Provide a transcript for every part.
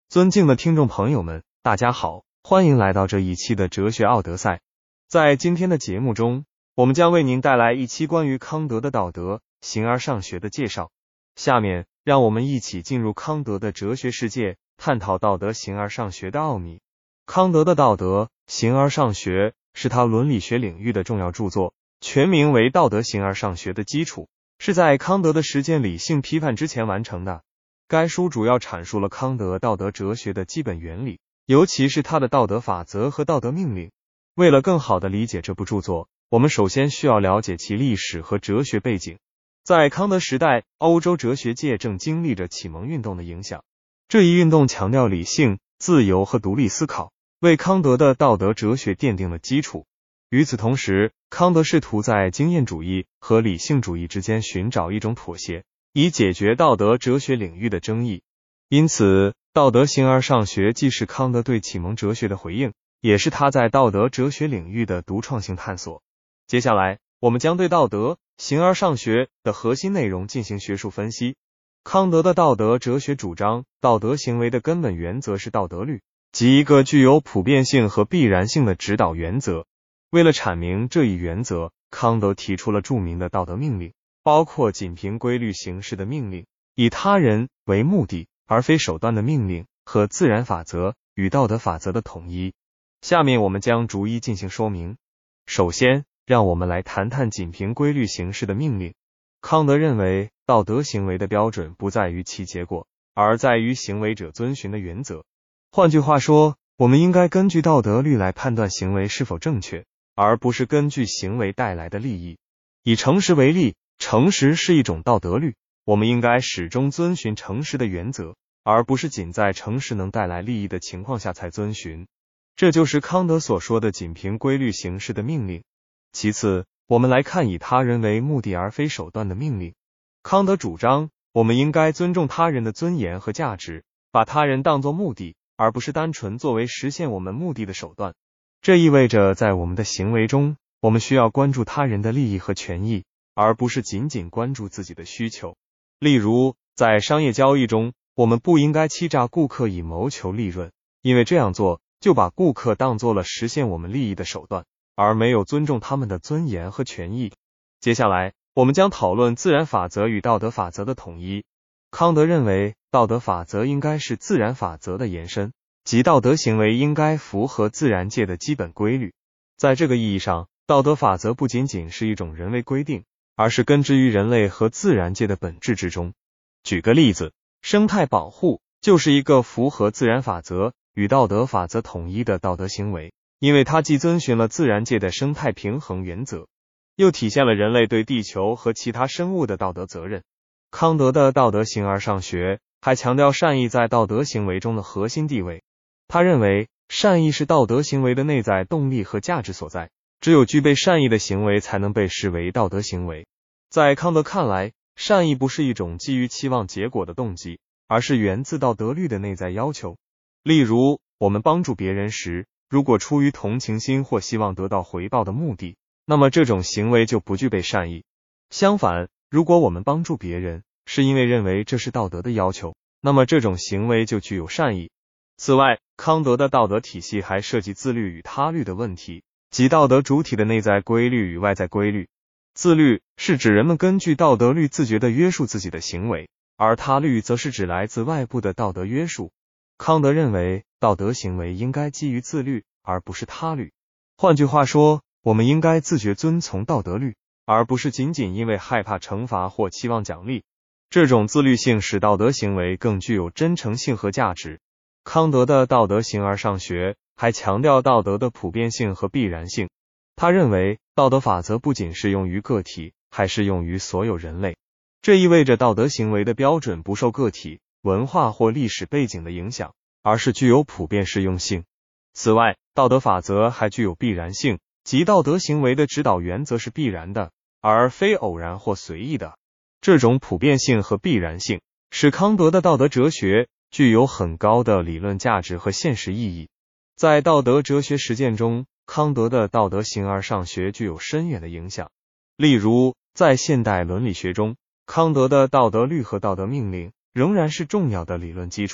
尊敬的听众朋友们，大家好，欢迎来到这一期的哲学奥德赛。在今天的节目中，我们将为您带来一期关于康德的道德形而上学的介绍。下面，让我们一起进入康德的哲学世界，探讨道德形而上学的奥秘。康德的道德形而上学是他伦理学领域的重要著作，全名为《道德形而上学》的基础，是在康德的实践理性批判之前完成的。该书主要阐述了康德道德哲学的基本原理，尤其是他的道德法则和道德命令。为了更好地理解这部著作，我们首先需要了解其历史和哲学背景。在康德时代，欧洲哲学界正经历着启蒙运动的影响。这一运动强调理性、自由和独立思考，为康德的道德哲学奠定了基础。与此同时，康德试图在经验主义和理性主义之间寻找一种妥协，以解决道德哲学领域的争议。因此，道德形而上学既是康德对启蒙哲学的回应，也是他在道德哲学领域的独创性探索。接下来，我们将对道德形而上学的核心内容进行学术分析。康德的道德哲学主张，道德行为的根本原则是道德律，即一个具有普遍性和必然性的指导原则。为了阐明这一原则，康德提出了著名的道德命令，包括仅凭规律行事的命令，以他人为目的而非手段的命令，和自然法则与道德法则的统一。下面我们将逐一进行说明。首先，让我们来谈谈仅凭规律行事的命令。康德认为，道德行为的标准不在于其结果，而在于行为者遵循的原则。换句话说，我们应该根据道德律来判断行为是否正确，而不是根据行为带来的利益。以诚实为例，诚实是一种道德律，我们应该始终遵循诚实的原则，而不是仅在诚实能带来利益的情况下才遵循。这就是康德所说的仅凭规律行事的命令。其次，我们来看以他人为目的而非手段的命令。康德主张，我们应该尊重他人的尊严和价值，把他人当作目的，而不是单纯作为实现我们目的的手段。这意味着在我们的行为中，我们需要关注他人的利益和权益，而不是仅仅关注自己的需求。例如，在商业交易中，我们不应该欺诈顾客以谋求利润，因为这样做就把顾客当作了实现我们利益的手段，而没有尊重他们的尊严和权益。接下来，我们将讨论自然法则与道德法则的统一。康德认为，道德法则应该是自然法则的延伸，即道德行为应该符合自然界的基本规律。在这个意义上，道德法则不仅仅是一种人为规定，而是根植于人类和自然界的本质之中。举个例子，生态保护就是一个符合自然法则与道德法则统一的道德行为，因为它既遵循了自然界的生态平衡原则，又体现了人类对地球和其他生物的道德责任。康德的道德形而上学还强调善意在道德行为中的核心地位。他认为，善意是道德行为的内在动力和价值所在，只有具备善意的行为才能被视为道德行为。在康德看来，善意不是一种基于期望结果的动机，而是源自道德律的内在要求。例如，我们帮助别人时，如果出于同情心或希望得到回报的目的，那么这种行为就不具备善意。相反，如果我们帮助别人是因为认为这是道德的要求，那么这种行为就具有善意。此外，康德的道德体系还涉及自律与他律的问题，即道德主体的内在规律与外在规律。自律是指人们根据道德律自觉地约束自己的行为，而他律则是指来自外部的道德约束。康德认为，道德行为应该基于自律，而不是他律。换句话说，我们应该自觉遵从道德律，而不是仅仅因为害怕惩罚或期望奖励。这种自律性使道德行为更具有真诚性和价值。康德的道德形而上学还强调道德的普遍性和必然性。他认为，道德法则不仅适用于个体，还适用于所有人类。这意味着道德行为的标准不受个体、文化或历史背景的影响，而是具有普遍适用性。此外，道德法则还具有必然性，即道德行为的指导原则是必然的，而非偶然或随意的。这种普遍性和必然性使康德的道德哲学具有很高的理论价值和现实意义。在道德哲学实践中，康德的道德形而上学具有深远的影响。例如，在现代伦理学中，康德的道德律和道德命令仍然是重要的理论基础。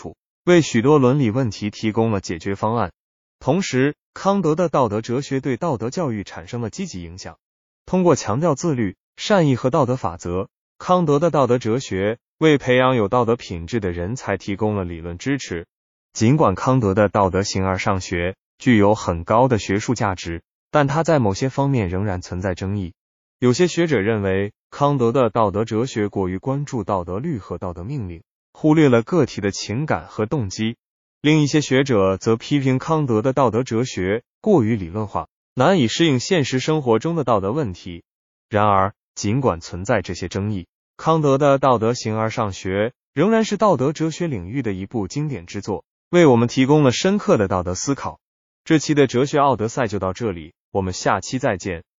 为许多伦理问题提供了解决方案。同时，康德的道德哲学对道德教育产生了积极影响。通过强调自律、善意和道德法则，康德的道德哲学为培养有道德品质的人才提供了理论支持。尽管康德的道德形而上学具有很高的学术价值，但它在某些方面仍然存在争议。有些学者认为，康德的道德哲学过于关注道德律和道德命令，忽略了个体的情感和动机。另一些学者则批评康德的道德哲学过于理论化，难以适应现实生活中的道德问题。然而，尽管存在这些争议，康德的道德形而上学仍然是道德哲学领域的一部经典之作，为我们提供了深刻的道德思考。这期的哲学奥德赛就到这里，我们下期再见。